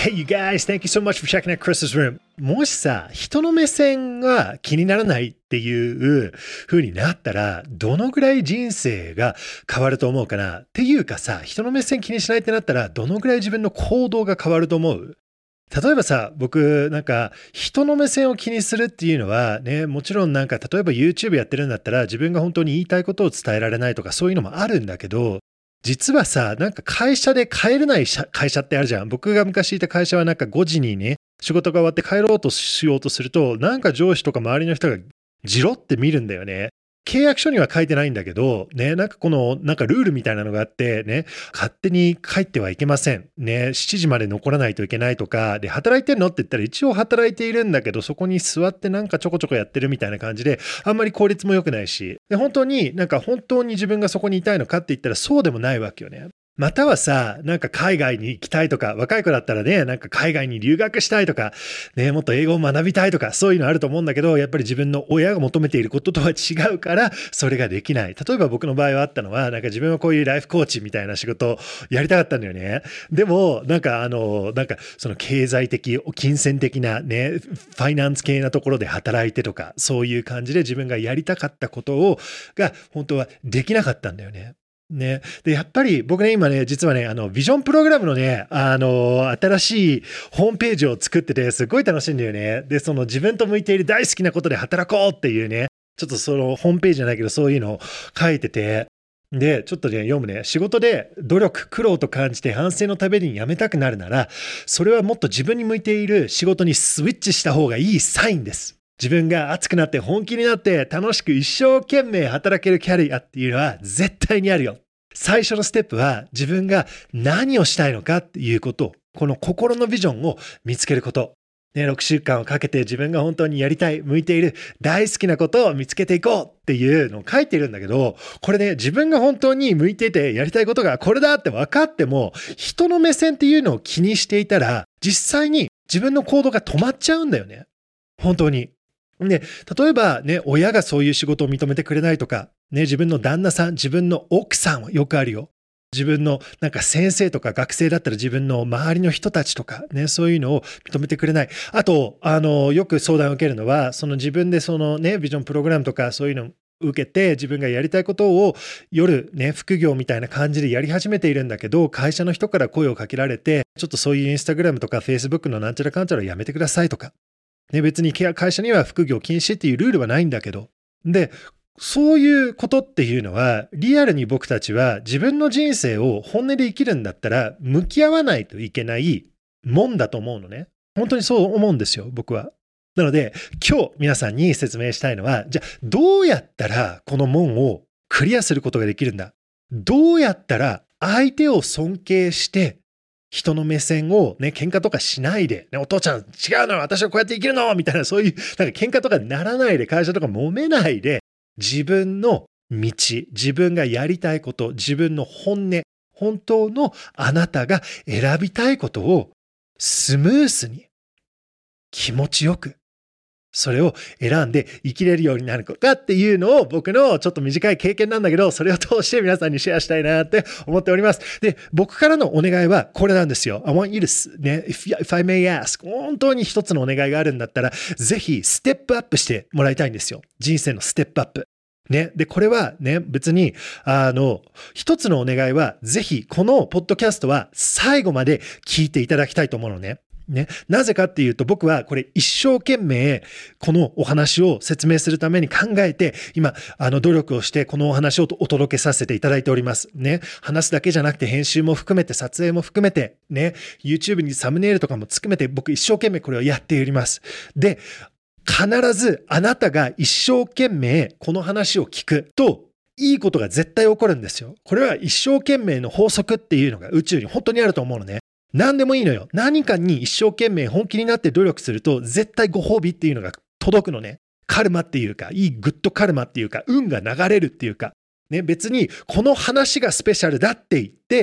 Hey you guys, thank you so much for checking out Chris's room. もしさ、人の目線が気にならないっていう風になったら、どのぐらい人生が変わると思うかなっていうかさ、人の目線気にしないってなったら、どのぐらい自分の行動が変わると思う？例えばさ、僕人の目線を気にするっていうのはね、もちろん例えば YouTube やってるんだったら自分が本当に言いたいことを伝えられないとかそういうのもあるんだけど、実はさ、会社で帰れない会社ってあるじゃん。僕が昔いた会社は5時にね、仕事が終わって帰ろうとしようとすると、上司とか周りの人がジロって見るんだよね。契約書には書いてないんだけど、ね、このルールみたいなのがあってね、勝手に帰ってはいけません。ね、7時まで残らないといけないとか、で、働いてんのって言ったら一応働いているんだけど、そこに座ってちょこちょこやってるみたいな感じで、あんまり効率も良くないし、で、本当に自分がそこにいたいのかって言ったらそうでもないわけよね。またはさ、海外に行きたいとか、若い子だったらね、海外に留学したいとか、ね、もっと英語を学びたいとか、そういうのあると思うんだけど、やっぱり自分の親が求めていることとは違うから、それができない。例えば僕の場合はあったのは、自分はこういうライフコーチみたいな仕事をやりたかったんだよね。でも、その経済的、金銭的なね、ファイナンス系なところで働いてとか、そういう感じで自分がやりたかったことが、本当はできなかったんだよね。ね。で、やっぱり僕ね、今ね、実はね、ビジョンプログラムのね、新しいホームページを作ってて、すごい楽しいんだよね。で、その自分と向いている大好きなことで働こうっていうね、ちょっとそのホームページじゃないけど、そういうのを書いてて、で、ちょっとね、読むね。仕事で努力、苦労と感じて反省のために辞めたくなるなら、それはもっと自分に向いている仕事にスイッチした方がいいサインです。自分が熱くなって本気になって楽しく一生懸命働けるキャリアっていうのは絶対にあるよ。最初のステップは自分が何をしたいのかっていうこと、この心のビジョンを見つけること。ね、6週間をかけて自分が本当にやりたい、向いている大好きなことを見つけていこうっていうのを書いてるんだけど、これね、自分が本当に向いていてやりたいことがこれだって分かっても、人の目線っていうのを気にしていたら、実際に自分の行動が止まっちゃうんだよね。本当に。で、例えばね、親がそういう仕事を認めてくれないとか、ね、自分の旦那さん、自分の奥さんはよくあるよ。自分の先生とか学生だったら自分の周りの人たちとかね、そういうのを認めてくれない。あと、よく相談を受けるのは、その自分でそのね、ビジョンプログラムとかそういうのを受けて、自分がやりたいことを夜ね、副業みたいな感じでやり始めているんだけど、会社の人から声をかけられて、ちょっとそういうインスタグラムとかフェイスブックのなんちゃらかんちゃらやめてくださいとか。ね、別に会社には副業禁止っていうルールはないんだけど。で、そういうことっていうのは、リアルに僕たちは自分の人生を本音で生きるんだったら、向き合わないといけないもんだと思うのね。本当にそう思うんですよ、僕は。なので、今日皆さんに説明したいのは、じゃあどうやったらこの門をクリアすることができるんだ？どうやったら相手を尊敬して、人の目線をね、喧嘩とかしないで、ね、お父ちゃん違うの、私はこうやって生きるのみたいな、そういう喧嘩とかならないで、会社とか揉めないで、自分の道、自分がやりたいこと、自分の本音、本当のあなたが選びたいことをスムースに、気持ちよく、それを選んで生きれるようになるかっていうのを僕のちょっと短い経験なんだけど、それを通して皆さんにシェアしたいなって思っております。で、僕からのお願いはこれなんですよ。I want you to, ね、if I may ask、本当に一つのお願いがあるんだったら、ぜひステップアップしてもらいたいんですよ。人生のステップアップ。ね。で、これはね、別に、一つのお願いは、ぜひこのポッドキャストは最後まで聞いていただきたいと思うのね。ね、なぜかっていうと僕はこれ一生懸命このお話を説明するために考えて今努力をしてこのお話をお届けさせていただいておりますね。話すだけじゃなくて編集も含めて撮影も含めてね YouTube にサムネイルとかも含めて僕一生懸命これをやっております。で必ずあなたが一生懸命この話を聞くといいことが絶対起こるんですよ。これは一生懸命の法則っていうのが宇宙に本当にあると思うのね。何でもいいのよ。何かに一生懸命本気になって努力すると絶対ご褒美っていうのが届くのね。カルマっていうか、いいグッドカルマっていうか、運が流れるっていうか、ね、別にこの話がスペシャルだって言って、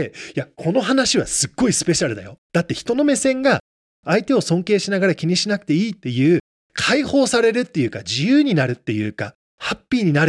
いや、この話はすっごいスペシャルだよ。だって人の目線が相手を尊敬しながら気にしなくていいっていう、解放されるっていうか、自由になるっていうか、ハッピーになる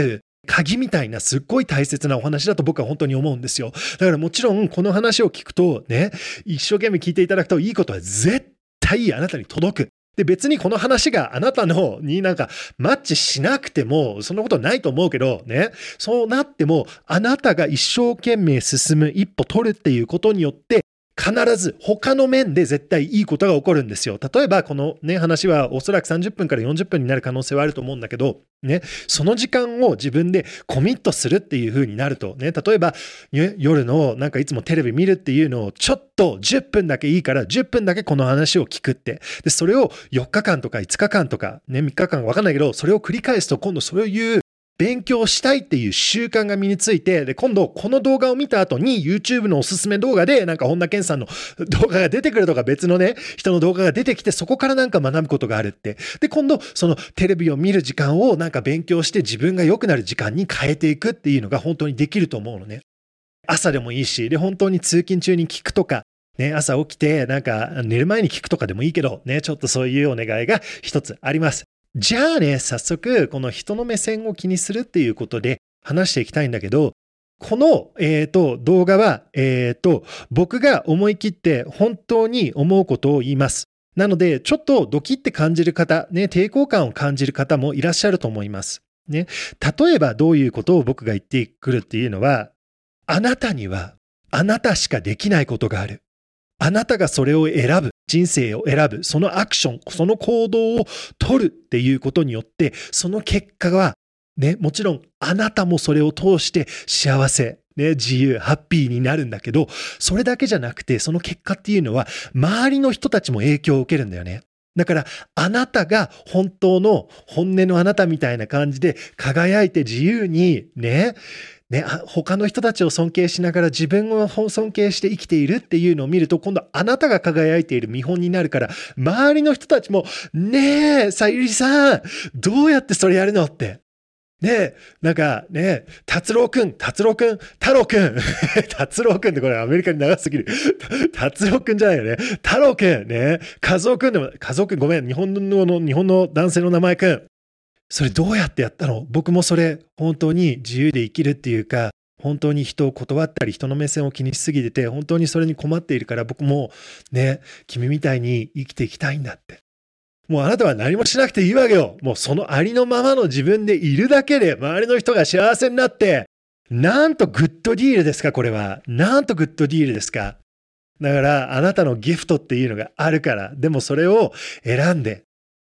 鍵みたいなすっごい大切なお話だと僕は本当に思うんですよ。だからもちろんこの話を聞くとね、一生懸命聞いていただくといいことは絶対あなたに届く。で、別にこの話があなたのになんかマッチしなくても、そんなことないと思うけどね、そうなってもあなたが一生懸命進む一歩取るっていうことによって、必ず他の面で絶対いいことが起こるんですよ。例えばこのね話はおそらく30分から40分になる可能性はあると思うんだけど、ね、その時間を自分でコミットするっていう風になるとね、例えば夜のなんかいつもテレビ見るっていうのをちょっと10分だけいいから10分だけこの話を聞くって。で、それを4日間とか5日間とかね、3日間わかんないけど、それを繰り返すと今度そういう勉強したいっていう習慣が身について、で、今度この動画を見た後に YouTube のおすすめ動画でなんか本田健さんの動画が出てくるとか別のね、人の動画が出てきてそこからなんか学ぶことがあるって。で、今度そのテレビを見る時間をなんか勉強して自分が良くなる時間に変えていくっていうのが本当にできると思うのね。朝でもいいし、で、本当に通勤中に聞くとか、ね、朝起きてなんか寝る前に聞くとかでもいいけど、ね、ちょっとそういうお願いが一つあります。じゃあね、早速、この人の目線を気にするっていうことで話していきたいんだけど、この、動画は、僕が思い切って本当に思うことを言います。なので、ちょっとドキッて感じる方、ね、抵抗感を感じる方もいらっしゃると思います。ね、例えばどういうことを僕が言ってくるっていうのは、あなたにはあなたしかできないことがある。あなたがそれを選ぶ、人生を選ぶ、そのアクション、その行動を取るっていうことによって、その結果は、ね、もちろんあなたもそれを通して幸せ、ね、自由、ハッピーになるんだけど、それだけじゃなくて、その結果っていうのは、周りの人たちも影響を受けるんだよね。だから、あなたが本当の本音のあなたみたいな感じで輝いて自由にね、他の人たちを尊敬しながら自分を尊敬して生きているっていうのを見ると、今度あなたが輝いている見本になるから、周りの人たちも、ねえ、さゆりさん、どうやってそれやるのって。ねえ、なんかね、達郎くん、太郎くん達郎くんってこれアメリカに長すぎる。達郎くんじゃないよね。太郎くん、ね、和夫くんでも、和夫くんごめん、日本の男性の名前くん。それどうやってやったの？僕もそれ本当に自由で生きるっていうか、本当に人を断ったり人の目線を気にしすぎてて、本当にそれに困っているから僕もね、君みたいに生きていきたいんだって。もうあなたは何もしなくていいわけよ。もうそのありのままの自分でいるだけで周りの人が幸せになって、なんとグッドディールですかこれは。なんとグッドディールですか。だからあなたのギフトっていうのがあるから、でもそれを選んで、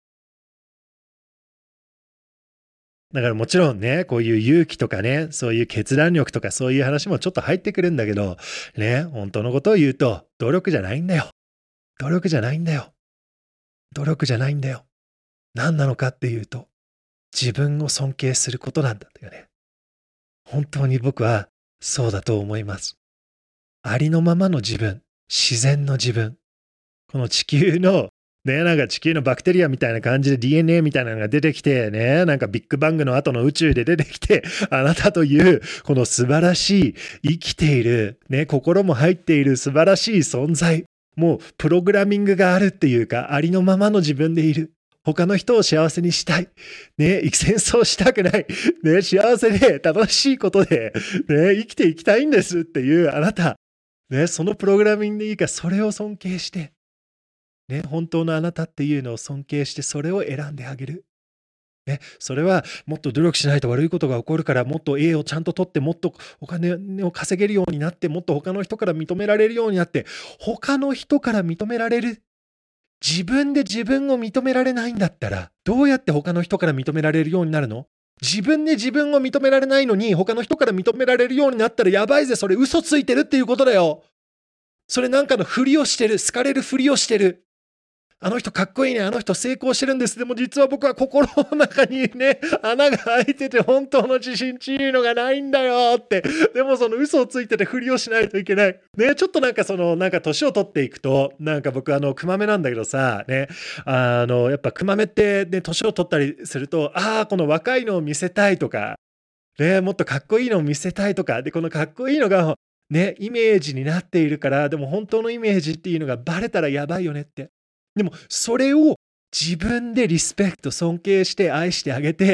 だからもちろんね、こういう勇気とかね、そういう決断力とかそういう話もちょっと入ってくるんだけど、ね、本当のことを言うと、努力じゃないんだよ。努力じゃないんだよ。努力じゃないんだよ。何なのかっていうと、自分を尊敬することなんだよね。本当に僕はそうだと思います。ありのままの自分、自然の自分。この地球のね、なんか地球のバクテリアみたいな感じで DNA みたいなのが出てきてね、なんかビッグバングの後の宇宙で出てきて、あなたというこの素晴らしい生きている、ね、心も入っている素晴らしい存在。もうプログラミングがあるっていうか、ありのままの自分でいる。他の人を幸せにしたい。ね、戦争したくない。ね、幸せで楽しいことで、ね、生きていきたいんですっていうあなた。ね、そのプログラミングでいいから、それを尊敬して、ね、本当のあなたっていうのを尊敬してそれを選んであげる。ね、それはもっと努力しないと悪いことが起こるから、もっと A をちゃんと取って、もっとお金を稼げるようになって、もっと他の人から認められるようになって、他の人から認められる。自分で自分を認められないんだったら、どうやって他の人から認められるようになるの？自分で自分を認められないのに、他の人から認められるようになったらやばいぜ、それ嘘ついてるっていうことだよ。それなんかのふりをしてる、好かれるふりをしてる。あの人かっこいいね、あの人成功してるんです。でも実は僕は心の中にね、穴が開いてて本当の自信っていうのがないんだよって。でもその嘘をついててふりをしないといけない。ね、ちょっとなんかなんか年を取っていくと、なんか僕クマメなんだけどさ、ね、やっぱクマメってね、年を取ったりすると、この若いのを見せたいとか、ね、もっとかっこいいのを見せたいとか、で、このかっこいいのがね、イメージになっているから、でも本当のイメージっていうのがバレたらやばいよねって。でもそれを自分でリスペクト、尊敬して愛してあげて、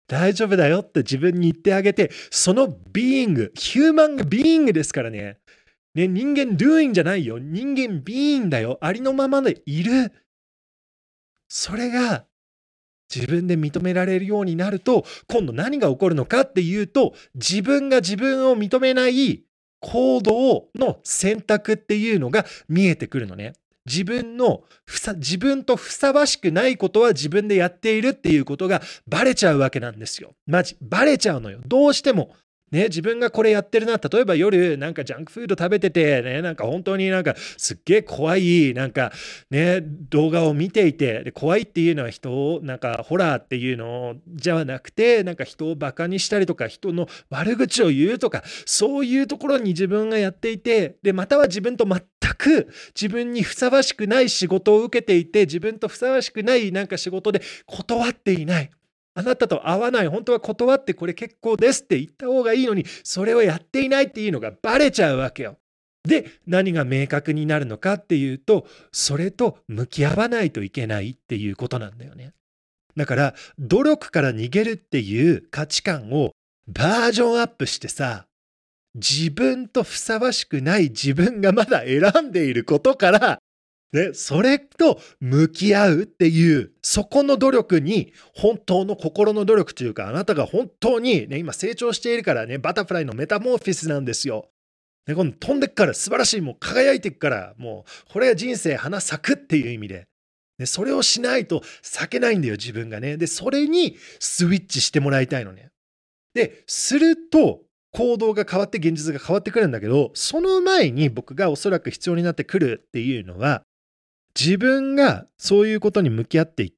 大丈夫だよって自分に言ってあげて、そのビーイング、ヒューマンがビーイングですからね。ね、人間 doing じゃないよ。人間 being だよ。ありのままでいる。それが自分で認められるようになると、今度何が起こるのかっていうと、自分が自分を認めない行動の選択っていうのが見えてくるのね。自分とふさわしくないことは自分でやっているっていうことがバレちゃうわけなんですよ。バレちゃうのよ。どうしても。ね、自分がこれやってるな。例えば夜なんかジャンクフード食べててね、なんか本当になんかすっげえ怖いなんかね、動画を見ていて、で怖いっていうのは人をなんかホラーっていうのじゃなくて、なんか人をバカにしたりとか人の悪口を言うとか、そういうところに自分がやっていて、でまたは自分と全く自分にふさわしくない仕事を受けていて、自分とふさわしくないなんか仕事で断っていない。あなたと会わない、本当は断ってこれ結構ですって言った方がいいのに、それをやっていないっていうのがバレちゃうわけよ。で、何が明確になるのかっていうと、それと向き合わないといけないっていうことなんだよね。だから、努力から逃げるっていう価値観をバージョンアップしてさ、自分とふさわしくない自分がまだ選んでいることからね、それと向き合うっていう、そこの努力に、本当の心の努力というか、あなたが本当にね、今成長しているからね、バタフライのメタモーフィスなんですよ。ね、今度飛んでっから素晴らしい、もう輝いていくから、もう、これが人生花咲くっていう意味で。ね、それをしないと咲けないんだよ、自分がね。で、それにスイッチしてもらいたいのね。で、すると、行動が変わって現実が変わってくるんだけど、その前に僕がおそらく必要になってくるっていうのは、自分がそういうことに向き合っていって、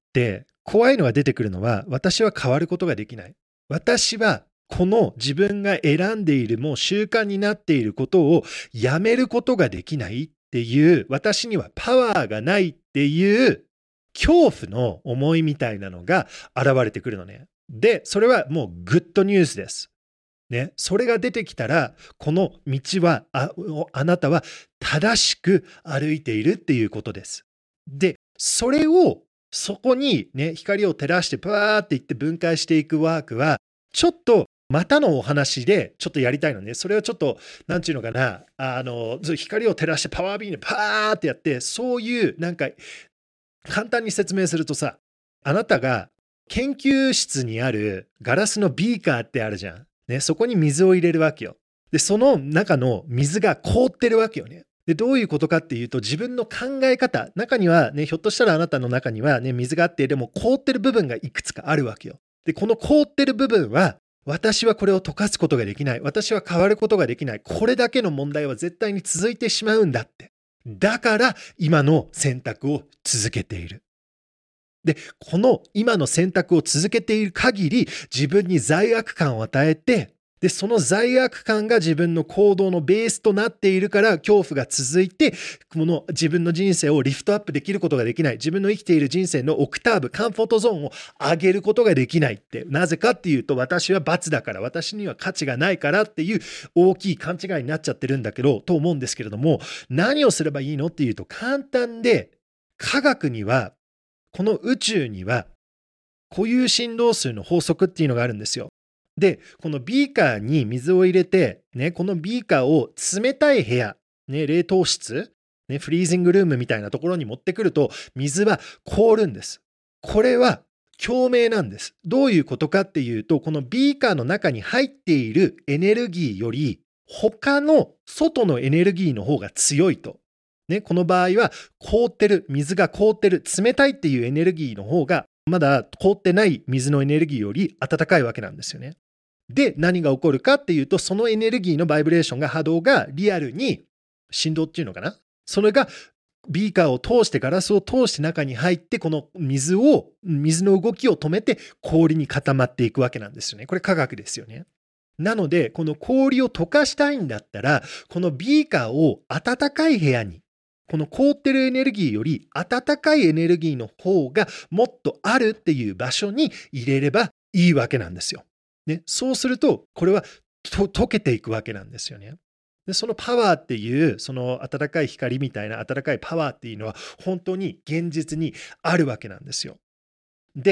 怖いのが出てくるのは、私は変わることができない。私はこの自分が選んでいるもう習慣になっていることをやめることができないっていう、私にはパワーがないっていう恐怖の思いみたいなのが現れてくるのね。で、それはもうグッドニュースです。ね、それが出てきたら、この道はあなたは正しく歩いているっていうことです。で、それをそこにね、光を照らしてパーっていって分解していくワークは、ちょっとまたのお話でちょっとやりたいのね。それをちょっと、なんていうのかな、光を照らしてパワービームでパーってやって、そういうなんか簡単に説明するとさ、あなたが研究室にあるガラスのビーカーってあるじゃん。ね、そこに水を入れるわけよ。で、その中の水が凍ってるわけよね。で、どういうことかっていうと、自分の考え方、中にはね、ひょっとしたらあなたの中にはね、水があって、でも凍ってる部分がいくつかあるわけよ。で、この凍ってる部分は、私はこれを溶かすことができない。私は変わることができない。これだけの問題は絶対に続いてしまうんだって。だから今の選択を続けている。で、この今の選択を続けている限り、自分に罪悪感を与えて、で、その罪悪感が自分の行動のベースとなっているから恐怖が続いて、この自分の人生をリフトアップできることができない。自分の生きている人生のオクターブ、カンフォートゾーンを上げることができないって。なぜかっていうと、私は罰だから、私には価値がないからっていう大きい勘違いになっちゃってるんだけど、と思うんですけれども、何をすればいいのっていうと簡単で、科学には、この宇宙には固有振動数の法則っていうのがあるんですよ。で、このビーカーに水を入れて、ね、このビーカーを冷たい部屋、ね、冷凍室、ね、フリーズングルームみたいなところに持ってくると、水は凍るんです。これは共鳴なんです。どういうことかっていうと、このビーカーの中に入っているエネルギーより、他の外のエネルギーの方が強いと。ね、この場合は凍ってる、水が凍ってる、冷たいっていうエネルギーの方がまだ凍ってない水のエネルギーより暖かいわけなんですよね。で、何が起こるかっていうと、そのエネルギーのバイブレーションが波動がリアルに振動っていうのかな、それがビーカーを通してガラスを通して中に入ってこの水の動きを止めて氷に固まっていくわけなんですよね。これ科学ですよね。なので、この氷を溶かしたいんだったら、このビーカーを暖かい部屋に、この凍ってるエネルギーより暖かいエネルギーの方がもっとあるっていう場所に入れればいいわけなんですよ。ね、そうすると、これは溶けていくわけなんですよね。で、そのパワーっていう、その暖かい光みたいな暖かいパワーっていうのは、本当に現実にあるわけなんですよ。で、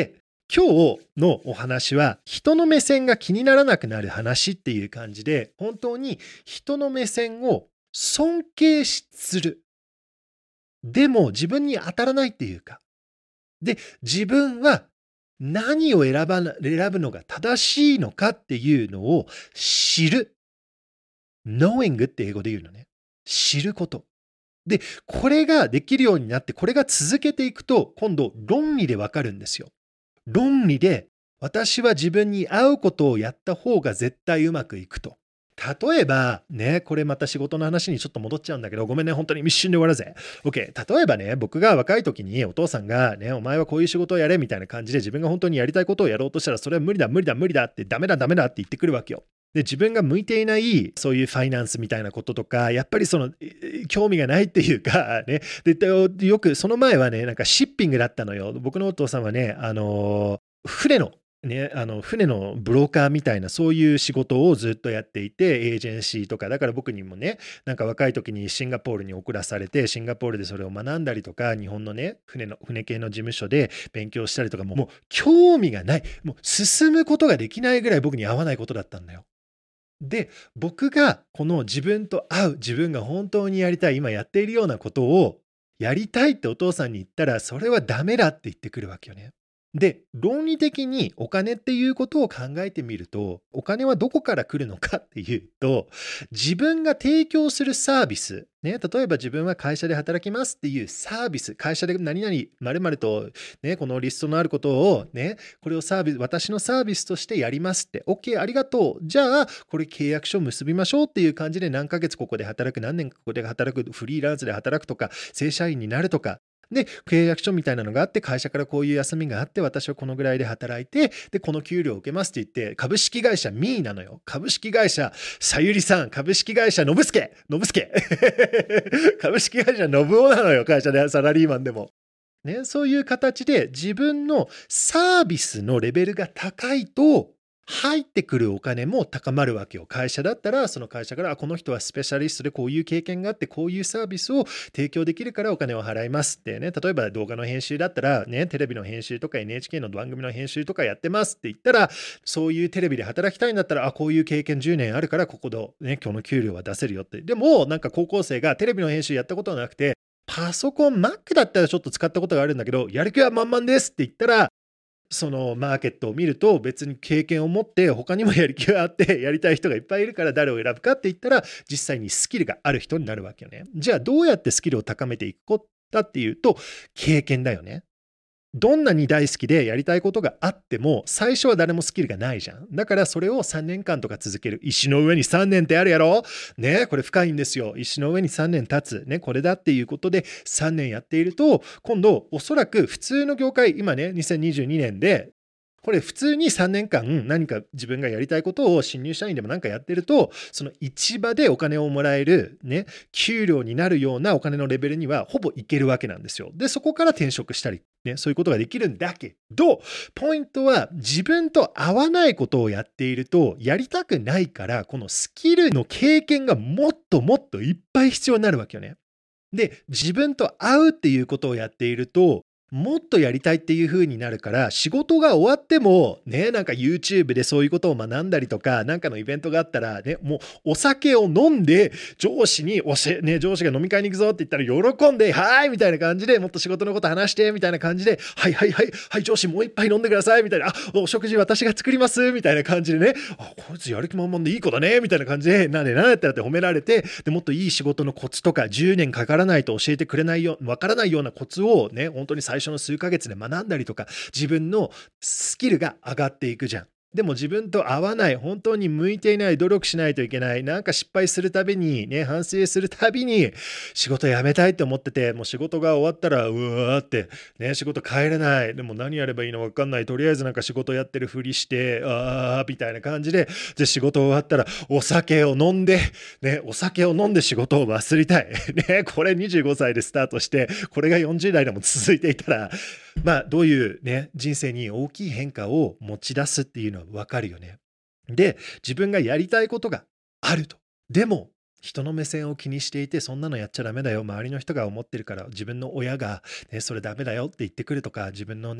今日のお話は人の目線が気にならなくなる話っていう感じで、本当に人の目線を尊敬する。でも自分に当たらないっていうか。で、自分は何を選ぶのが正しいのかっていうのを知る。knowing って英語で言うのね。知ること。で、これができるようになって、これが続けていくと、今度論理でわかるんですよ。論理で、私は自分に合うことをやった方が絶対うまくいくと。例えば、ね、これまた仕事の話にちょっと戻っちゃうんだけど、ごめんね、本当に一瞬で終わるぜ。OK。例えばね、僕が若い時にお父さんがね、お前はこういう仕事をやれみたいな感じで自分が本当にやりたいことをやろうとしたら、それは無理だ、無理だ、無理だって、ダメだ、ダメだって言ってくるわけよ。で、自分が向いていない、そういうファイナンスみたいなこととか、やっぱり興味がないっていうか、ね、で、よく、その前はね、なんかシッピングだったのよ。僕のお父さんはね、船の、ね、船のブローカーみたいなそういう仕事をずっとやっていて、エージェンシーとか、だから僕にもね、なんか若い時にシンガポールに送らされて、シンガポールでそれを学んだりとか、日本のね、船系の事務所で勉強したりとか、もう興味がない、もう進むことができないぐらい僕に合わないことだったんだよ。で、僕がこの自分と合う、自分が本当にやりたい、今やっているようなことをやりたいってお父さんに言ったら、それはダメだって言ってくるわけよね。で、論理的にお金っていうことを考えてみると、お金はどこから来るのかっていうと、自分が提供するサービス、ね、例えば自分は会社で働きますっていうサービス、会社で何々、〇〇と、ね、このリストのあることを、ね、これを私のサービスとしてやりますって、OK、ありがとう。じゃあ、これ契約書結びましょうっていう感じで何ヶ月ここで働く、何年ここで働く、フリーランスで働くとか、正社員になるとか、で、契約書みたいなのがあって、会社からこういう休みがあって、私はこのぐらいで働いて、で、この給料を受けますって言って、株式会社ミーなのよ。株式会社さゆりさん、株式会社のぶすけ、株式会社のぶおなのよ、会社でサラリーマンでも。ね、そういう形で自分のサービスのレベルが高いと、入ってくるお金も高まるわけよ。会社だったら、その会社から、この人はスペシャリストでこういう経験があって、こういうサービスを提供できるからお金を払いますってね。例えば動画の編集だったら、ね、テレビの編集とか NHK の番組の編集とかやってますって言ったら、そういうテレビで働きたいんだったら、こういう経験10年あるから、ここでね、今日の給料は出せるよって。でも、なんか高校生がテレビの編集やったことはなくて、パソコン、Mac だったらちょっと使ったことがあるんだけど、やる気は満々ですって言ったら、そのマーケットを見ると別に経験を持って他にもやる気があってやりたい人がいっぱいいるから誰を選ぶかって言ったら実際にスキルがある人になるわけよね。じゃあどうやってスキルを高めていくかっていうと経験だよね。どんなに大好きでやりたいことがあっても、最初は誰もスキルがないじゃん。だからそれを3年間とか続ける。石の上に3年ってあるやろね、これ深いんですよ。石の上に3年経つ。ね、これだっていうことで3年やっていると、今度おそらく普通の業界、今ね、2022年で、これ普通に3年間何か自分がやりたいことを新入社員でも何かやってると、その市場でお金をもらえるね、給料になるようなお金のレベルにはほぼいけるわけなんですよ。で、そこから転職したり、ね、そういうことができるんだけど、ポイントは自分と合わないことをやっていると、やりたくないから、このスキルの経験がもっともっといっぱい必要になるわけよね。で、自分と合うっていうことをやっていると、もっとやりたいっていう風になるから、仕事が終わっても、ね、なんか YouTube でそういうことを学んだりとか、なんかのイベントがあったら、ね、もうお酒を飲んで、上司に上司が飲み会に行くぞって言ったら喜んで、はーいみたいな感じで、もっと仕事のこと話して、みたいな感じで、はいはいはい、はい、上司もう一杯飲んでください、みたいな、お食事私が作ります、みたいな感じでね、こいつやる気満々でいい子だね、みたいな感じで、なんでってなって褒められて、で、もっといい仕事のコツとか、10年かからないと教えてくれないよ、わからないようなコツをね、本当に最初の数ヶ月で学んだりとか、自分のスキルが上がっていくじゃん。でも自分と合わない、本当に向いていない、努力しないといけない、なんか失敗するたびに、ね、反省するたびに、仕事辞めたいって思ってて、もう仕事が終わったら、うわーって、ね、仕事帰れない。でも何やればいいのか分かんない。とりあえずなんか仕事やってるふりして、みたいな感じで、仕事終わったら、お酒を飲んで、ね、お酒を飲んで仕事を忘れたい。ね、これ25歳でスタートして、これが40代でも続いていたら、どういうね、人生に大きい変化を持ち出すっていうのはわかるよね。で、自分がやりたいことがあると。でも、人の目線を気にしていて、そんなのやっちゃダメだよ。周りの人が思ってるから、自分の親が、ね、それダメだよって言ってくるとか、自分のね、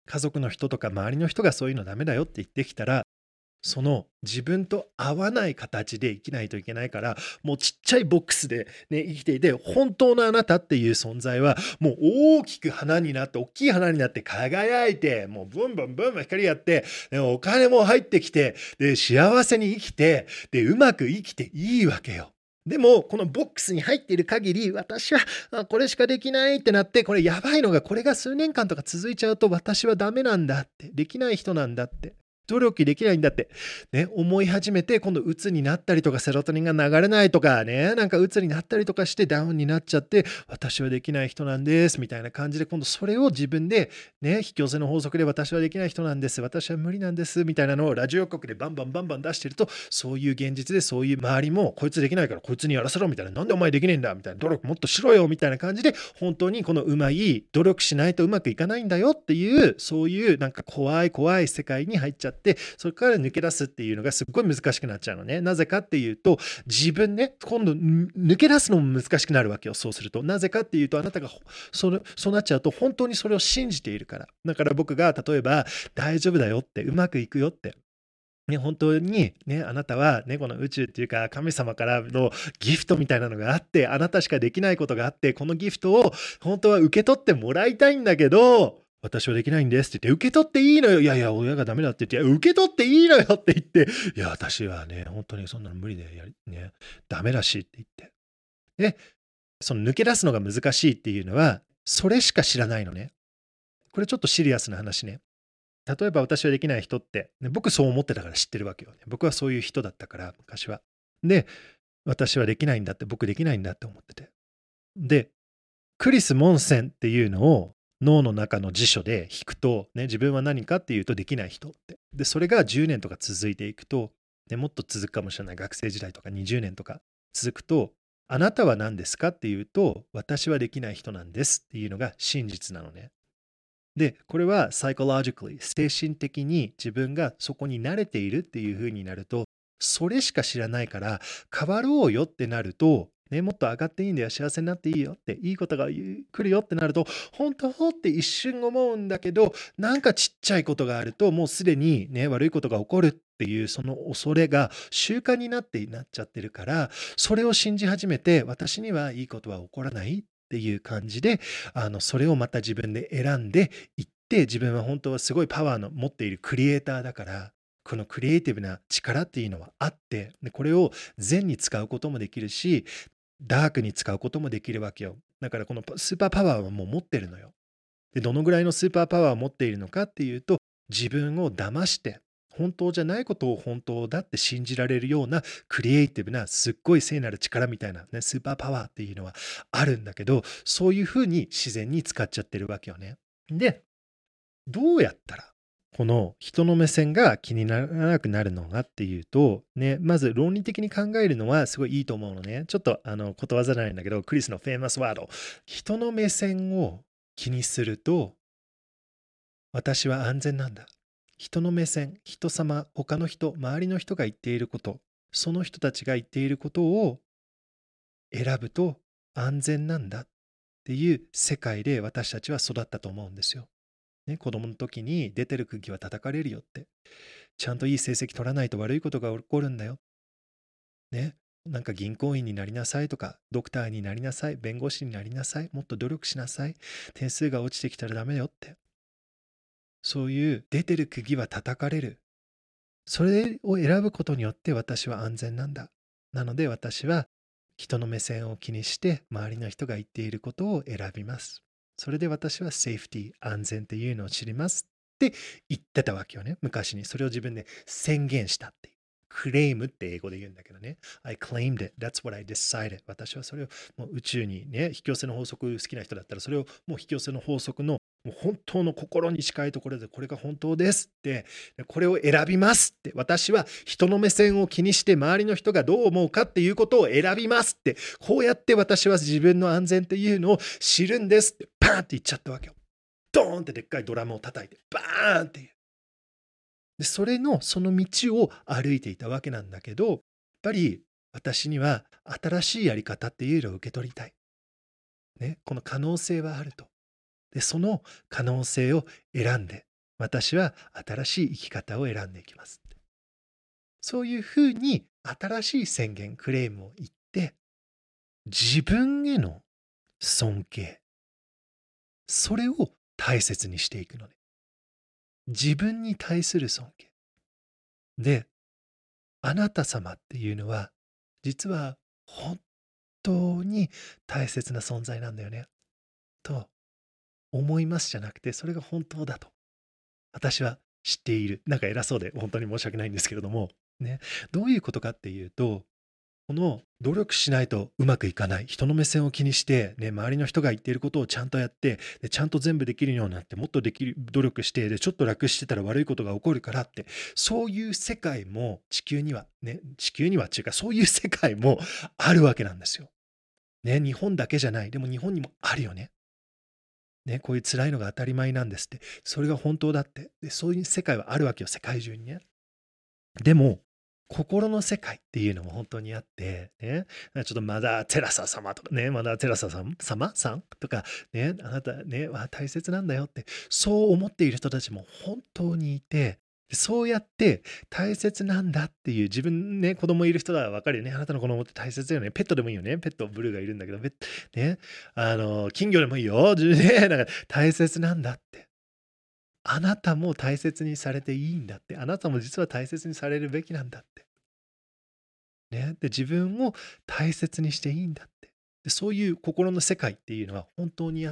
家族の人とか周りの人がそういうのダメだよって言ってきたら、その自分と合わない形で生きないといけないから、もうちっちゃいボックスでね、生きていて、本当のあなたっていう存在は、もう大きく花になって、大きい花になって輝いて、もうブンブンブンブン光やって、でお金も入ってきて、で、幸せに生きて、で、うまく生きていいわけよ。でも、このボックスに入っている限り、私はこれしかできないってなって、これやばいのが、これが数年間とか続いちゃうと、私はダメなんだって、できない人なんだって。努力できないんだって、ね、思い始めて、今度鬱になったりとか、セロトニンが流れないとかね、なんか鬱になったりとかしてダウンになっちゃって、私はできない人なんです、みたいな感じで、今度それを自分で、ね、引き寄せの法則で私はできない人なんです、私は無理なんです、みたいなのをラジオ局でバンバンバンバン出してると、そういう現実で、そういう周りも、こいつできないからこいつにやらせろ、みたいな、なんでお前できねえんだ、みたいな、努力もっとしろよ、みたいな感じで、本当にこのうまい、努力しないとうまくいかないんだよっていう、そういうなんか怖い怖い世界に入っちゃって、それから抜け出すっていうのがすっごい難しくなっちゃうのね。なぜかっていうと、自分ね、今度抜け出すのも難しくなるわけよ。そうすると。なぜかっていうと、あなたがそうなっちゃうと、本当にそれを信じているから。だから僕が例えば、大丈夫だよって、うまくいくよって。ね、本当にね、あなたはね、この宇宙っていうか神様からのギフトみたいなのがあって、あなたしかできないことがあって、このギフトを本当は受け取ってもらいたいんだけど、私はできないんですって言って、受け取っていいのよ。いやいや、親がダメだって言って、受け取っていいのよって言って、いや、私はね、本当にそんなの無理でね、ダメらしいって言って。で、その抜け出すのが難しいっていうのは、それしか知らないのね。これちょっとシリアスな話ね。例えば私はできない人って、ね、僕そう思ってたから知ってるわけよね。僕はそういう人だったから、昔は。で、私はできないんだって、僕できないんだって思ってて。で、クリス・モンセンっていうのを脳の中の辞書で引くと、ね、自分は何かっていうとできない人って。で、それが10年とか続いていくと、ね、もっと続くかもしれない学生時代とか20年とか続くと、あなたは何ですかっていうと、私はできない人なんですっていうのが真実なのね。で、これは psychologically、精神的に自分がそこに慣れているっていう風になると、それしか知らないから、変わろうよってなると、ね、もっと上がっていいんだよ、幸せになっていいよって、いいことが来るよってなると、本当って一瞬思うんだけど、なんかちっちゃいことがあると、もうすでにね、悪いことが起こるっていう、その恐れが習慣になっちゃってるから、それを信じ始めて、私にはいいことは起こらないっていう感じで、それをまた自分で選んでいって、自分は本当はすごいパワーの持っているクリエイターだから、このクリエイティブな力っていうのはあって、でこれを善に使うこともできるし、ダークに使うこともできるわけよ。だからこのスーパーパワーはもう持ってるのよ。で、どのぐらいのスーパーパワーを持っているのかっていうと、自分を騙して、本当じゃないことを本当だって信じられるようなクリエイティブなすっごい聖なる力みたいなね、スーパーパワーっていうのはあるんだけど、そういうふうに自然に使っちゃってるわけよね。で、どうやったらこの人の目線が気にならなくなるのかっていうと、ね、まず論理的に考えるのはすごいいいと思うのね。ちょっとことわざないんだけど、クリスのフェイマスワード。人の目線を気にすると、私は安全なんだ。人の目線、人様、他の人、周りの人が言っていること、その人たちが言っていることを選ぶと安全なんだっていう世界で私たちは育ったと思うんですよ。ね、子供の時に出てる釘は叩かれるよって。ちゃんといい成績取らないと悪いことが起こるんだよ。ね。なんか銀行員になりなさいとか、ドクターになりなさい、弁護士になりなさい、もっと努力しなさい、点数が落ちてきたらダメよって。そういう出てる釘は叩かれる。それを選ぶことによって私は安全なんだ。なので私は人の目線を気にして周りの人が言っていることを選びます。それで私はセーフティー、安全っていうのを知りますって言ってたわけよね。昔に。それを自分で宣言したっていう。クレームって英語で言うんだけどね。I claimed it. That's what I decided. 私はそれをもう宇宙にね、引き寄せの法則好きな人だったらそれをもう引き寄せの法則のもう本当の心に近いところでこれが本当ですって、これを選びますって、私は人の目線を気にして周りの人がどう思うかっていうことを選びますって、こうやって私は自分の安全っていうのを知るんですってパーンって言っちゃったわけよ。ドーンってでっかいドラムを叩いてバーンっていう。でそれのその道を歩いていたわけなんだけど、やっぱり私には新しいやり方っていうのを受け取りたい。ね、この可能性はあると。で、その可能性を選んで、 私は新しい生き方を選んでいきます。そういうふうに新しい宣言、クレームを言って、自分への尊敬、それを大切にしていくのね。自分に対する尊敬。で、あなた様っていうのは、実は本当に大切な存在なんだよね。と思いますじゃなくて、それが本当だと。私は知っている。なんか偉そうで本当に申し訳ないんですけれども、ね。どういうことかっていうと、この努力しないとうまくいかない。人の目線を気にして、ね、周りの人が言っていることをちゃんとやって、で、ちゃんと全部できるようになって、もっとできる、努力して、で、ちょっと楽してたら悪いことが起こるからって、そういう世界も地球にはっていうか、そういう世界もあるわけなんですよ。ね、日本だけじゃない。でも日本にもあるよね。ね、こういう辛いのが当たり前なんですって。それが本当だって。で、そういう世界はあるわけよ、世界中にね。でも、心の世界っていうのも本当にあって、ね、ちょっとマダー・テラサ様とかね、マダー・テラサさんとか、ね、あなたね、大切なんだよって、そう思っている人たちも本当にいて、そうやって大切なんだっていう自分ね、子供いる人はわかるよね。あなたの子供って大切だよね。ペットでもいいよね。ペット、ブルーがいるんだけど、ね、金魚でもいいよ。ね、なんか大切なんだって。あなたも大切にされていいんだって。あなたも実は大切にされるべきなんだって。ね。で、自分を大切にしていいんだって。で、そういう心の世界っていうのは本当にあって、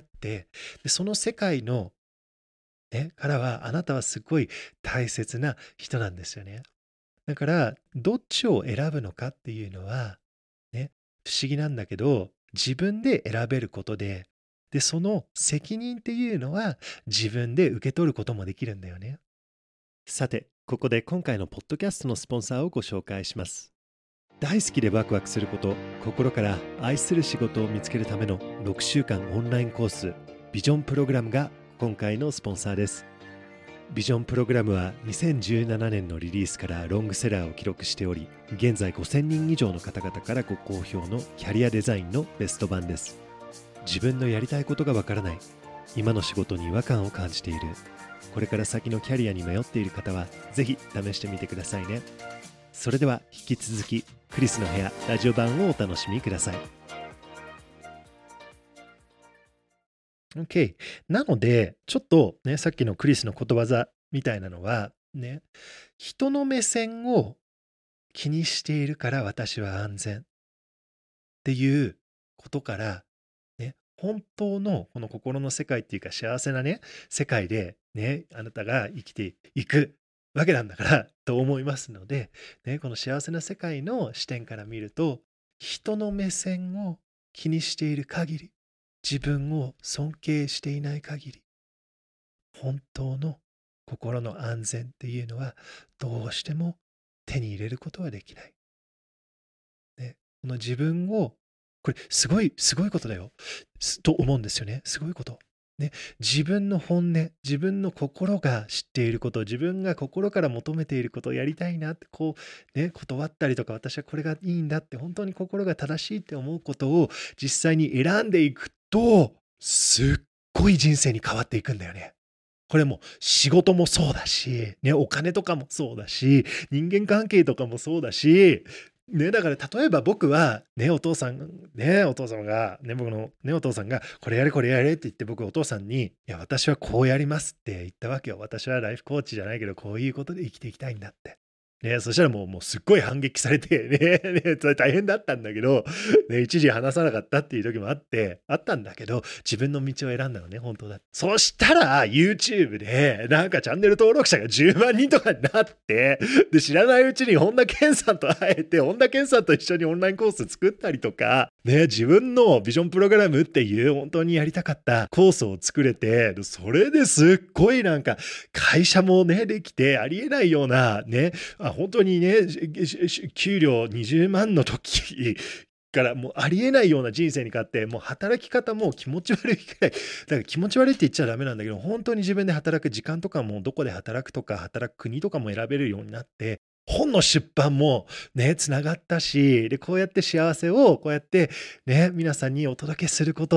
で、その世界のからは、あなたはすごい大切な人なんですよね。だから、どっちを選ぶのかっていうのは、ね、不思議なんだけど、自分で選べることで、で、その責任っていうのは自分で受け取ることもできるんだよね。さて、ここで今回のポッドキャストのスポンサーをご紹介します。大好きでワクワクすること、心から愛する仕事を見つけるための6週間オンラインコース、ビジョンプログラムが今回のスポンサーです。ビジョンプログラムは2017年のリリースからロングセラーを記録しており、現在5000人以上の方々からご好評のキャリアデザインのベスト版です。自分のやりたいことがわからない、今の仕事に違和感を感じている、これから先のキャリアに迷っている方はぜひ試してみてくださいね。それでは引き続きクリスの部屋ラジオ版をお楽しみください。OK。なので、ちょっとね、さっきのクリスのことわざみたいなのは、ね、人の目線を気にしているから私は安全っていうことから、ね、本当のこの心の世界っていうか幸せなね、世界でね、あなたが生きていくわけなんだからと思いますので、ね、この幸せな世界の視点から見ると、人の目線を気にしている限り、自分を尊敬していない限り、本当の心の安全っていうのはどうしても手に入れることはできない。ね、この自分を、これすごいことだよ。と思うんですよね。すごいこと。ね、自分の本音、自分の心が知っていること、自分が心から求めていることをやりたいなって、断ったりとか、私はこれがいいんだって、本当に心が正しいって思うことを実際に選んでいくと、すっごい人生に変わっていくんだよね。これも仕事もそうだし、ね、お金とかもそうだし、人間関係とかもそうだし、ね、だから例えば僕は、ね、お父様が、ね、僕のね、お父さんが、これやれこれやれって言って、僕お父さんに、いや、私はこうやりますって言ったわけよ。私はライフコーチじゃないけど、こういうことで生きていきたいんだって。ね、そしたらもうすっごい反撃されて、ね、それ大変だったんだけど、ね、一時話さなかったっていう時もあったんだけど、自分の道を選んだのね、本当だ。そしたら、YouTube で、なんかチャンネル登録者が10万人とかになって、で、知らないうちに本田健さんと会えて、本田健さんと一緒にオンラインコース作ったりとか、ね、自分のビジョンプログラムっていう本当にやりたかったコースを作れて、それですっごいなんか会社もね、できてありえないようなね、本当にね、給料20万の時からもうありえないような人生に変わって、もう働き方も気持ち悪いくらい、だから気持ち悪いって言っちゃダメなんだけど、本当に自分で働く時間とかもどこで働くとか、働く国とかも選べるようになって、本の出版もね、つながったし、で、こうやって幸せをこうやってね、皆さんにお届けすること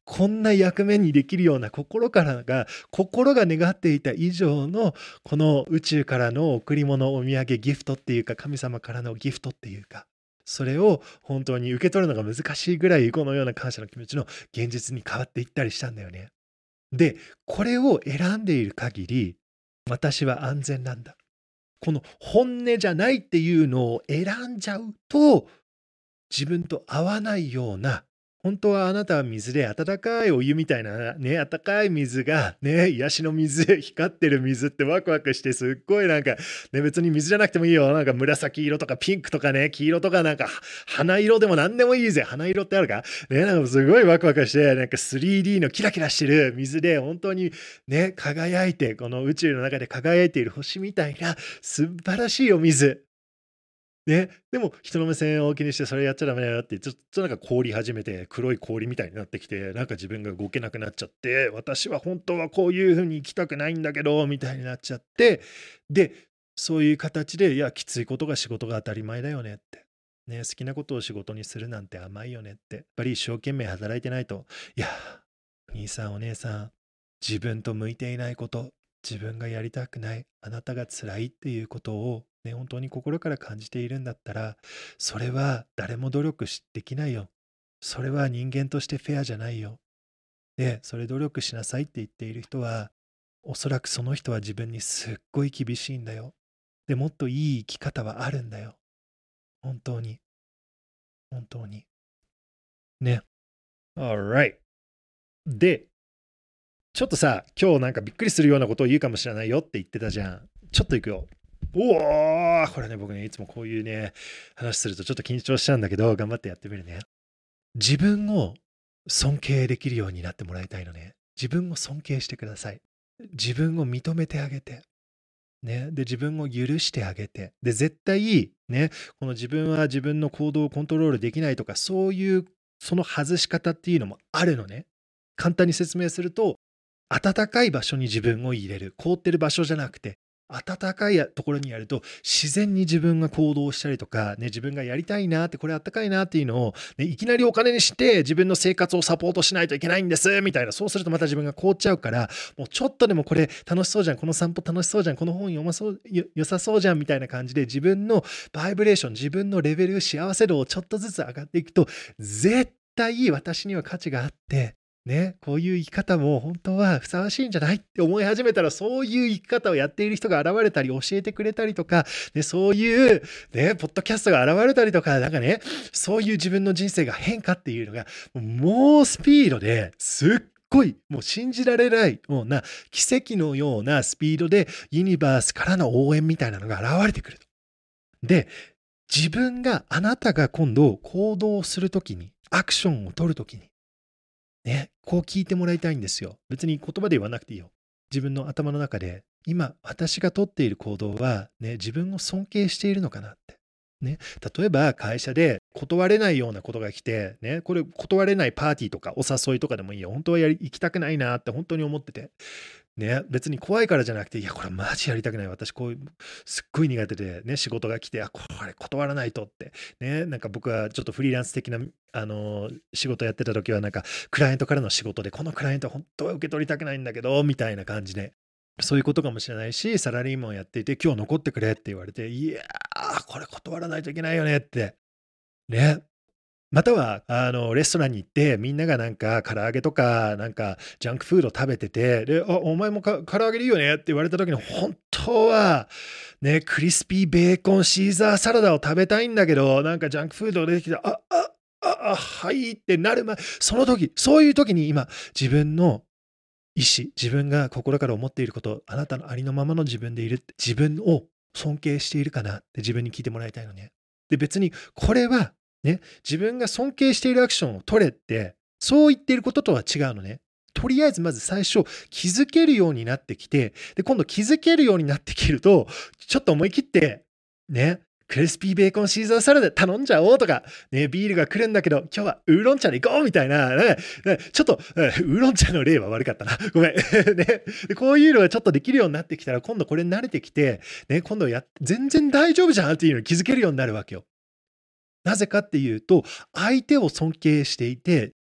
こんな役目にできるような心が願っていた以上のこの宇宙からの贈り物、お土産、ギフトっていうか、神様からのギフトっていうか、それを本当に受け取るのが難しいぐらい、このような感謝の気持ちの現実に変わっていったりしたんだよね。で、これを選んでいる限り、私は安全なんだ。この本音じゃないっていうのを選んじゃうと、自分と合わないような、本当はあなたは水で温かいお湯みたいなね、温かい水がね、癒しの水、光ってる水ってワクワクしてすっごいなんか、ね、別に水じゃなくてもいいよ。なんか紫色とかピンクとかね、黄色とかなんか花色でも何でもいいぜ。花色ってあるかね、なんかすごいワクワクして、なんか 3D のキラキラしてる水で本当にね、輝いて、この宇宙の中で輝いている星みたいな素晴らしいお水。ね、でも人の目線を気にしてそれやっちゃダメだよってちょっとなんか凍り始めて黒い氷みたいになってきてなんか自分が動けなくなっちゃって私は本当はこういう風に生きたくないんだけどみたいになっちゃってでそういう形でいやきついことが仕事が当たり前だよねってね好きなことを仕事にするなんて甘いよねってやっぱり一生懸命働いてないといやお兄さんお姉さん自分と向いていないこと自分がやりたくないあなたが辛いっていうことをね、本当に心から感じているんだったら、それは誰もできないよ。それは人間としてフェアじゃないよ。で、それ努力しなさいって言っている人は、おそらくその人は自分にすっごい厳しいんだよ。で、もっといい生き方はあるんだよ。本当に。本当に。ね。Alright. で、ちょっとさ、今日なんかびっくりするようなことを言うかもしれないよって言ってたじゃん。ちょっと行くよ。おお、これね、僕ね、いつもこういうね、話するとちょっと緊張しちゃうんだけど、頑張ってやってみるね。自分を尊敬できるようになってもらいたいのね。自分を尊敬してください。自分を認めてあげて。ね。で、自分を許してあげて。で、絶対、ね、この自分は自分の行動をコントロールできないとか、そういう、その外し方っていうのもあるのね。簡単に説明すると、暖かい場所に自分を入れる。凍ってる場所じゃなくて、暖かいところにやると、自然に自分が行動したりとか、ね、自分がやりたいなって、これ暖かいなっていうのを、ね、いきなりお金にして自分の生活をサポートしないといけないんです、みたいな。そうするとまた自分が凍っちゃうから、もうちょっとでもこれ楽しそうじゃん、この散歩楽しそうじゃん、この本読まそう、良さそうじゃん、みたいな感じで自分のバイブレーション、自分のレベル、幸せ度をちょっとずつ上がっていくと、絶対私には価値があって、ね、こういう生き方も本当はふさわしいんじゃないって思い始めたら、そういう生き方をやっている人が現れたり、教えてくれたりとか、ね、そういう、ね、ポッドキャストが現れたりとか、なんかね、そういう自分の人生が変化っていうのが、もうスピードですっごい、もう信じられないような、奇跡のようなスピードで、ユニバースからの応援みたいなのが現れてくると。で、あなたが今度行動するときに、アクションを取るときに、ね、こう聞いてもらいたいんですよ。別に言葉で言わなくていいよ。自分の頭の中で、今、私がとっている行動は、ね、自分を尊敬しているのかなって。ね、例えば会社で断れないようなことが来て、ね、これ断れないパーティーとかお誘いとかでもいいよ。本当は行きたくないなって本当に思ってて。ね、別に怖いからじゃなくて、いや、これマジやりたくない。私、こういう、すっごい苦手で、ね、仕事が来て、これ断らないとって。ね、なんか僕はちょっとフリーランス的な、仕事やってた時は、なんか、クライアントからの仕事で、このクライアント本当は受け取りたくないんだけど、みたいな感じで。そういうことかもしれないし、サラリーマンをやっていて、今日残ってくれって言われて、いやー、これ断らないといけないよねって。ね。または、レストランに行って、みんながなんか、唐揚げとか、なんか、ジャンクフード食べてて、で、お前も唐揚げでいいよねって言われた時に、本当は、ね、クリスピーベーコンシーザーサラダを食べたいんだけど、なんかジャンクフードが出てきて、はいってなる前、そういう時に今、自分の意思、自分が心から思っていること、あなたのありのままの自分でいるって、自分を尊敬しているかなって自分に聞いてもらいたいのね。で、別にこれはね、自分が尊敬しているアクションを取れって、そう言っていることとは違うのね。とりあえずまず最初気づけるようになってきて、で、今度気づけるようになってきると、ちょっと思い切って、ね、クリスピーベーコンシーザーサラダ頼んじゃおうとか、ね、ビールが来るんだけど、今日はウーロン茶で行こうみたいな、ちょっと、ウーロン茶の例は悪かったな。ごめん。ね、こういうのがちょっとできるようになってきたら、今度これに慣れてきて、ね、今度全然大丈夫じゃんっていうのに気づけるようになるわけよ。なぜかっていうと、相手を尊敬していて、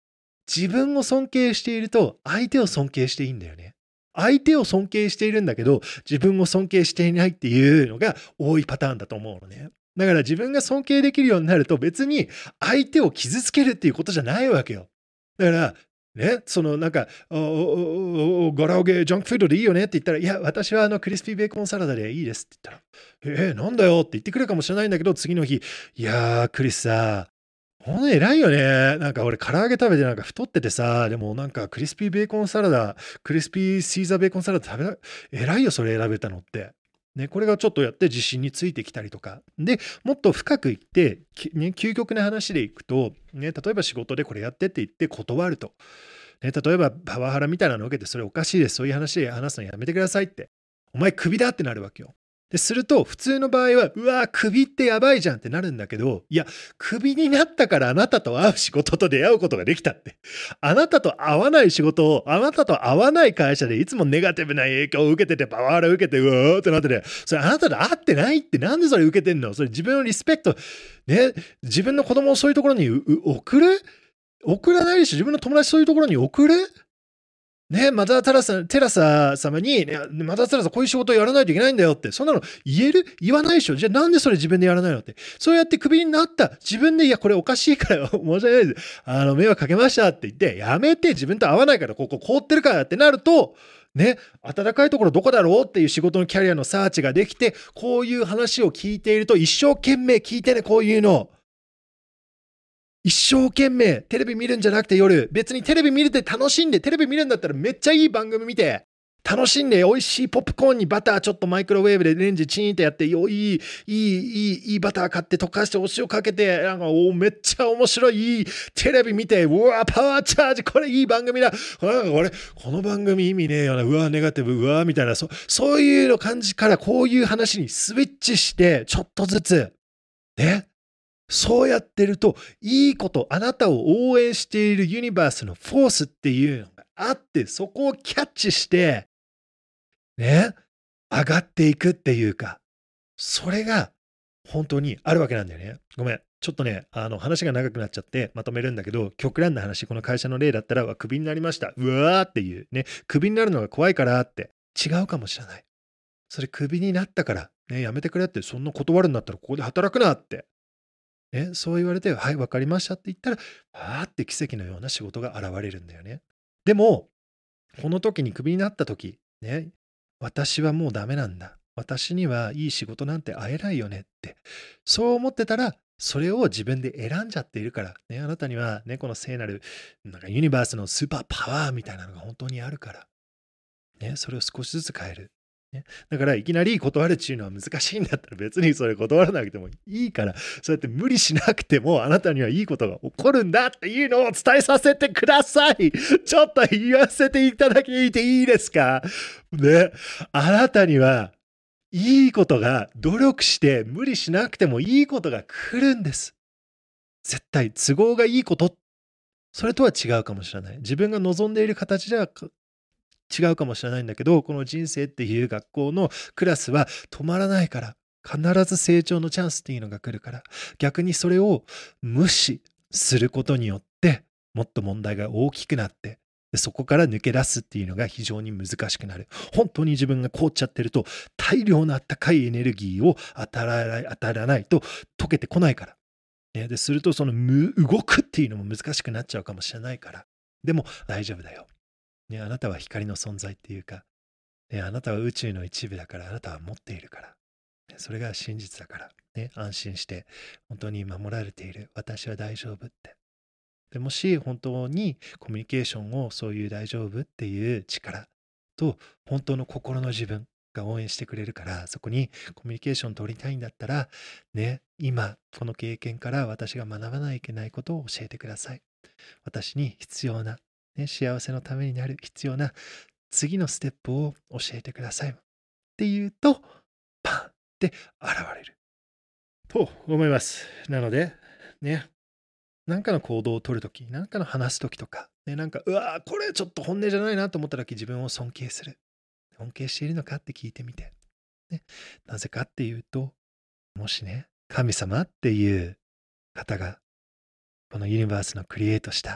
自分を尊敬していると相手を尊敬していいんだよね。相手を尊敬しているんだけど、自分を尊敬していないっていうのが多いパターンだと思うのね。だから自分が尊敬できるようになると別に相手を傷つけるっていうことじゃないわけよ。だから、ね、そのなんか、ガラオケジャンクフードでいいよねって言ったら、いや、私はクリスピーベーコンサラダでいいですって言ったら、なんだよって言ってくるかもしれないんだけど、次の日、いやー、クリスさ、ほんと偉いよね。なんか俺唐揚げ食べてなんか太っててさ、でもなんかクリスピーベーコンサラダ、クリスピーシーザーベーコンサラダ偉いよそれ選べたのって。ね、これがちょっとやって自信についてきたりとか。で、もっと深く言って、究極な話でいくと、ね、例えば仕事でこれやってって言って断ると。ね、例えばパワハラみたいなのを受けてそれおかしいです。そういう話で話すのやめてくださいって。お前クビだってなるわけよ。ですると、普通の場合は、うわー、クビってやばいじゃんってなるんだけど、いや、クビになったからあなたと会う仕事と出会うことができたって。あなたと会わない仕事を、あなたと会わない会社でいつもネガティブな影響を受けてて、パワハラ受けて、うわーってなってて、それあなたと会ってないって、なんでそれ受けてんの？それ自分のリスペクト、ね、自分の子供をそういうところに送らないでしょ？自分の友達そういうところに送る？ね、マザーテラサ様に、ね、マザーテラサこういう仕事をやらないといけないんだよって、そんなの言わないでしょ。じゃあなんでそれ自分でやらないのって。そうやってクビになった自分で、いや、これおかしいから申し訳ないです。迷惑かけましたって言って、やめて自分と合わないから、ここ凍ってるからってなると、ね、暖かいところどこだろうっていう仕事のキャリアのサーチができて、こういう話を聞いていると一生懸命聞いてね、こういうの。一生懸命テレビ見るんじゃなくて夜、別にテレビ見れて楽しんで、テレビ見るんだったらめっちゃいい番組見て、楽しんで美味しいポップコーンにバターちょっとマイクロウェーブでレンジチーンってやって、いいバター買って溶かしてお塩かけて、なんかめっちゃ面白い、いいテレビ見て、うわ、パワーチャージ、これいい番組だ。俺、この番組意味ねえよな、うわ、ネガティブ、うわ、みたいな、そういうの感じからこういう話にスイッチして、ちょっとずつ、ね。そうやってると、いいこと、あなたを応援しているユニバースのフォースっていうのがあって、そこをキャッチして、ね、上がっていくっていうか、それが本当にあるわけなんだよね。ごめん。ちょっとね、話が長くなっちゃってまとめるんだけど、極端な話、この会社の例だったら、クビになりました。うわーっていうね、クビになるのが怖いからって、違うかもしれない。それクビになったから、ね、やめてくれって、そんな断るんだったらここで働くなって。ね、そう言われて、はい、わかりましたって言ったら、わーって奇跡のような仕事が現れるんだよね。でも、この時にクビになった時、ね、私はもうダメなんだ。私にはいい仕事なんて会えないよねって。そう思ってたら、それを自分で選んじゃっているから、ね、あなたにはね、この聖なる、なんかユニバースのスーパーパワーみたいなのが本当にあるから、ね、それを少しずつ変える。ね、だからいきなり断るっていうのは難しいんだったら別にそれ断らなくてもいいから、そうやって無理しなくてもあなたにはいいことが起こるんだっていうのを伝えさせてください。ちょっと言わせていただけていいですかね。あなたにはいいことが努力して無理しなくてもいいことが来るんです。絶対都合がいいこと、それとは違うかもしれない。自分が望んでいる形では違うかもしれないんだけど、この人生っていう学校のクラスは止まらないから、必ず成長のチャンスっていうのが来るから、逆にそれを無視することによって、もっと問題が大きくなって、でそこから抜け出すっていうのが非常に難しくなる。本当に自分が凍っちゃってると、大量のあったかいエネルギーを当たらないと溶けてこないから。ね、ですると、その動くっていうのも難しくなっちゃうかもしれないから。でも大丈夫だよ。ね、あなたは光の存在っていうか、ね、あなたは宇宙の一部だから、あなたは持っているから、ね、それが真実だから、ね、安心して、本当に守られている、私は大丈夫って。でもし本当にコミュニケーションをそういう大丈夫っていう力と、本当の心の自分が応援してくれるから、そこにコミュニケーション取りたいんだったら、ね、今、この経験から私が学ばないといけないことを教えてください。私に必要な、ね、幸せのためになる必要な次のステップを教えてください。って言うと、パンって現れる。と思います。なので、ね、何かの行動を取るとき、何かの話すときとか、ね、なんか、うわー、これちょっと本音じゃないなと思ったとき、自分を尊敬する。尊敬しているのかって聞いてみて。ね、なぜかっていうと、もしね、神様っていう方が、このユニバースのクリエイトした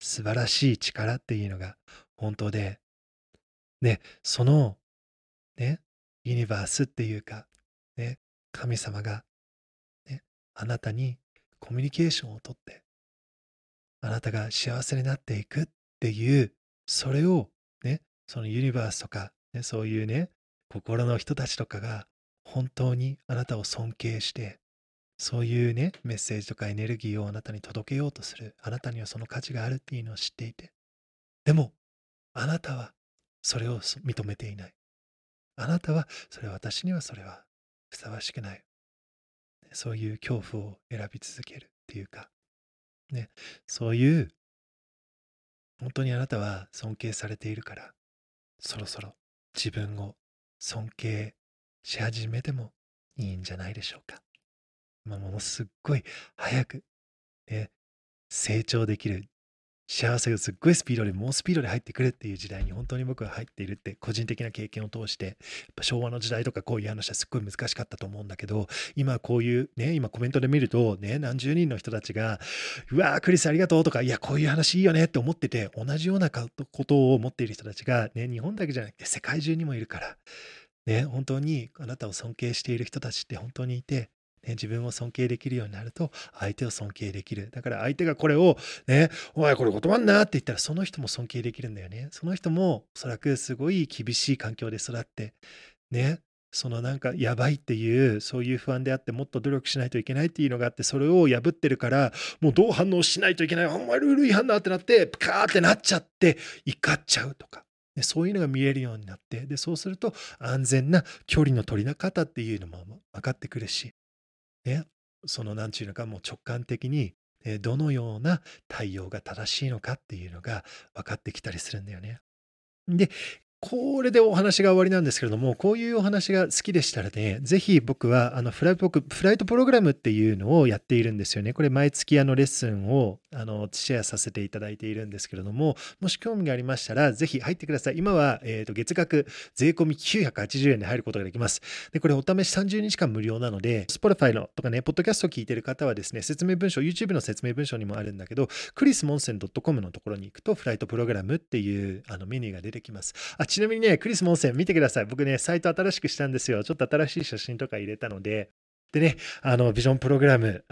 素晴らしい力っていうのが本当で、ね、そのね、ユニバースっていうか、ね、神様が、ね、あなたにコミュニケーションをとって、あなたが幸せになっていくっていう、それをね、そのユニバースとか、ね、そういうね、心の人たちとかが本当にあなたを尊敬して、そういうね、メッセージとかエネルギーをあなたに届けようとする。あなたにはその価値があるっていうのを知っていて。でも、あなたはそれを認めていない。あなたは、私にはそれはふさわしくない。そういう恐怖を選び続けるっていうか、ね、そういう、本当にあなたは尊敬されているから、そろそろ自分を尊敬し始めてもいいんじゃないでしょうか。ものすっごい早く、ね、成長できる幸せがすっごいスピードで、猛スピードで入ってくるっていう時代に本当に僕は入っているって個人的な経験を通して、やっぱ昭和の時代とかこういう話はすっごい難しかったと思うんだけど、今こういうね、今コメントで見るとね、何十人の人たちが、うわー、クリスありがとうとか、いや、こういう話いいよねって思ってて、同じようなことを思っている人たちがね、日本だけじゃなくて世界中にもいるから、ね、本当にあなたを尊敬している人たちって本当にいて、ね、自分を尊敬できるようになると、相手を尊敬できる。だから相手がこれを、ね、お前これ断んなって言ったら、その人も尊敬できるんだよね。その人もおそらくすごい厳しい環境で育って、ね、そのなんかやばいっていう、そういう不安であって、もっと努力しないといけないっていうのがあって、それを破ってるから、もうどう反応しないといけない、お前ルール違反だってなって、プカーってなっちゃって、怒っちゃうとか。でそういうのが見えるようになって、で、そうすると安全な距離の取り方っていうのも分かってくるし、ね、そのなんちゅうのか、もう直感的に、どのような対応が正しいのかっていうのが分かってきたりするんだよね。で、これでお話が終わりなんですけれども、こういうお話が好きでしたらね、ぜひ僕はフライトプログラムっていうのをやっているんですよね。これ毎月レッスンをシェアさせていただいているんですけれども、もし興味がありましたら、ぜひ入ってください。今は、月額税込み980円で入ることができます。で、これお試し30日間無料なので、Spotify のとかね、ポッドキャストを聞いている方はですね、説明文章、YouTube の説明文章にもあるんだけど、chrismonsen.com のところに行くと、フライトプログラムっていうメニューが出てきます。ちなみにね、クリス・モンセン見てください。僕ね、サイト新しくしたんですよ。ちょっと新しい写真とか入れたので。でね、ビジョンプログラム、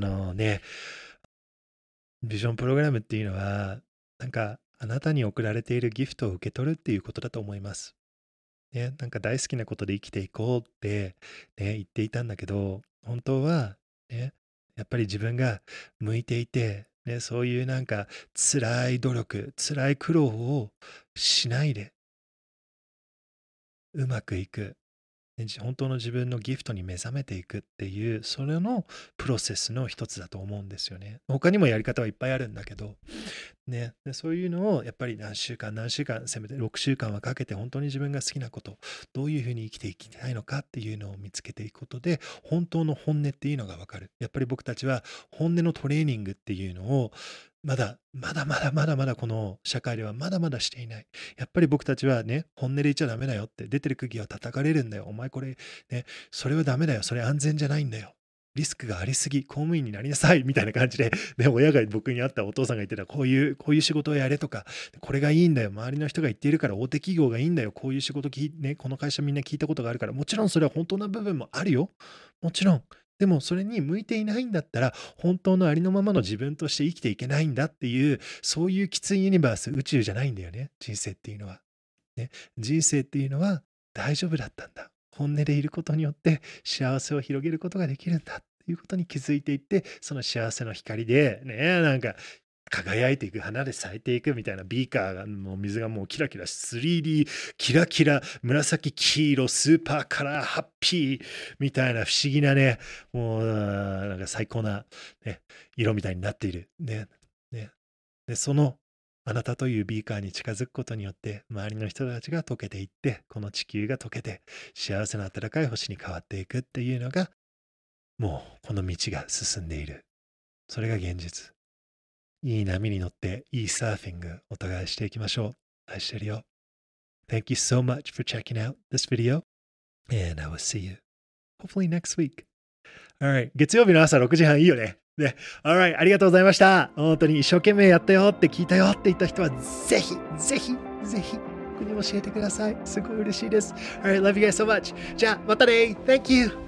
ビジョンプログラムっていうのは、なんか、あなたに送られているギフトを受け取るっていうことだと思います。ね、なんか大好きなことで生きていこうって、ね、言っていたんだけど、本当は、ね、やっぱり自分が向いていて、ね、そういうなんか辛い努力、辛い苦労をしないでうまくいく。ね本当の自分のギフトに目覚めていくっていう、それのプロセスの一つだと思うんですよね。他にもやり方はいっぱいあるんだけど、ね、でそういうのをやっぱり何週間、せめて6週間はかけて本当に自分が好きなこと、どういうふうに生きていきたいのかっていうのを見つけていくことで、本当の本音っていうのがわかる。やっぱり僕たちは本音のトレーニングっていうのをまだこの社会ではまだまだしていない。やっぱり僕たちはね、本音で言っちゃダメだよって、出てる釘は叩かれるんだよ。お前これ、ね、それはダメだよ。それ安全じゃないんだよ。リスクがありすぎ、公務員になりなさいみたいな感じで、ね、親が僕に会ったお父さんが言ってた、こういう仕事をやれとか、これがいいんだよ。周りの人が言っているから大手企業がいいんだよ。こういう仕事ね、この会社みんな聞いたことがあるから、もちろんそれは本当な部分もあるよ。もちろん。でもそれに向いていないんだったら、本当のありのままの自分として生きていけないんだっていう、そういうきついユニバース、宇宙じゃないんだよね。人生っていうのは。ね、人生っていうのは大丈夫だったんだ。本音でいることによって幸せを広げることができるんだっていうことに気づいていって、その幸せの光でね、なんか輝いていく、花で咲いていくみたいなビーカーが、もう水がもうキラキラ、3D、キラキラ、紫、黄色、スーパーカラー、ハッピーみたいな不思議なね、もうなんか最高な、ね、色みたいになっている。ね。ね。で、そのあなたというビーカーに近づくことによって、周りの人たちが溶けていって、この地球が溶けて、幸せな暖かい星に変わっていくっていうのが、もうこの道が進んでいる。それが現実。いい波に乗って、いいサーフィング、お互いしていきましょう。愛してるよ。Thank you so much for checking out this video, and I will see you hopefully next week. Alright, 月曜日の朝6時半いいよね。 ね。Alright、ありがとうございました。本当に一生懸命やったよって聞いたよって言った人は、ぜひ、ぜひ、ぜひ、僕に教えてください。すごい嬉しいです。Alright, love you guys so much. じゃあ、またね。Thank you!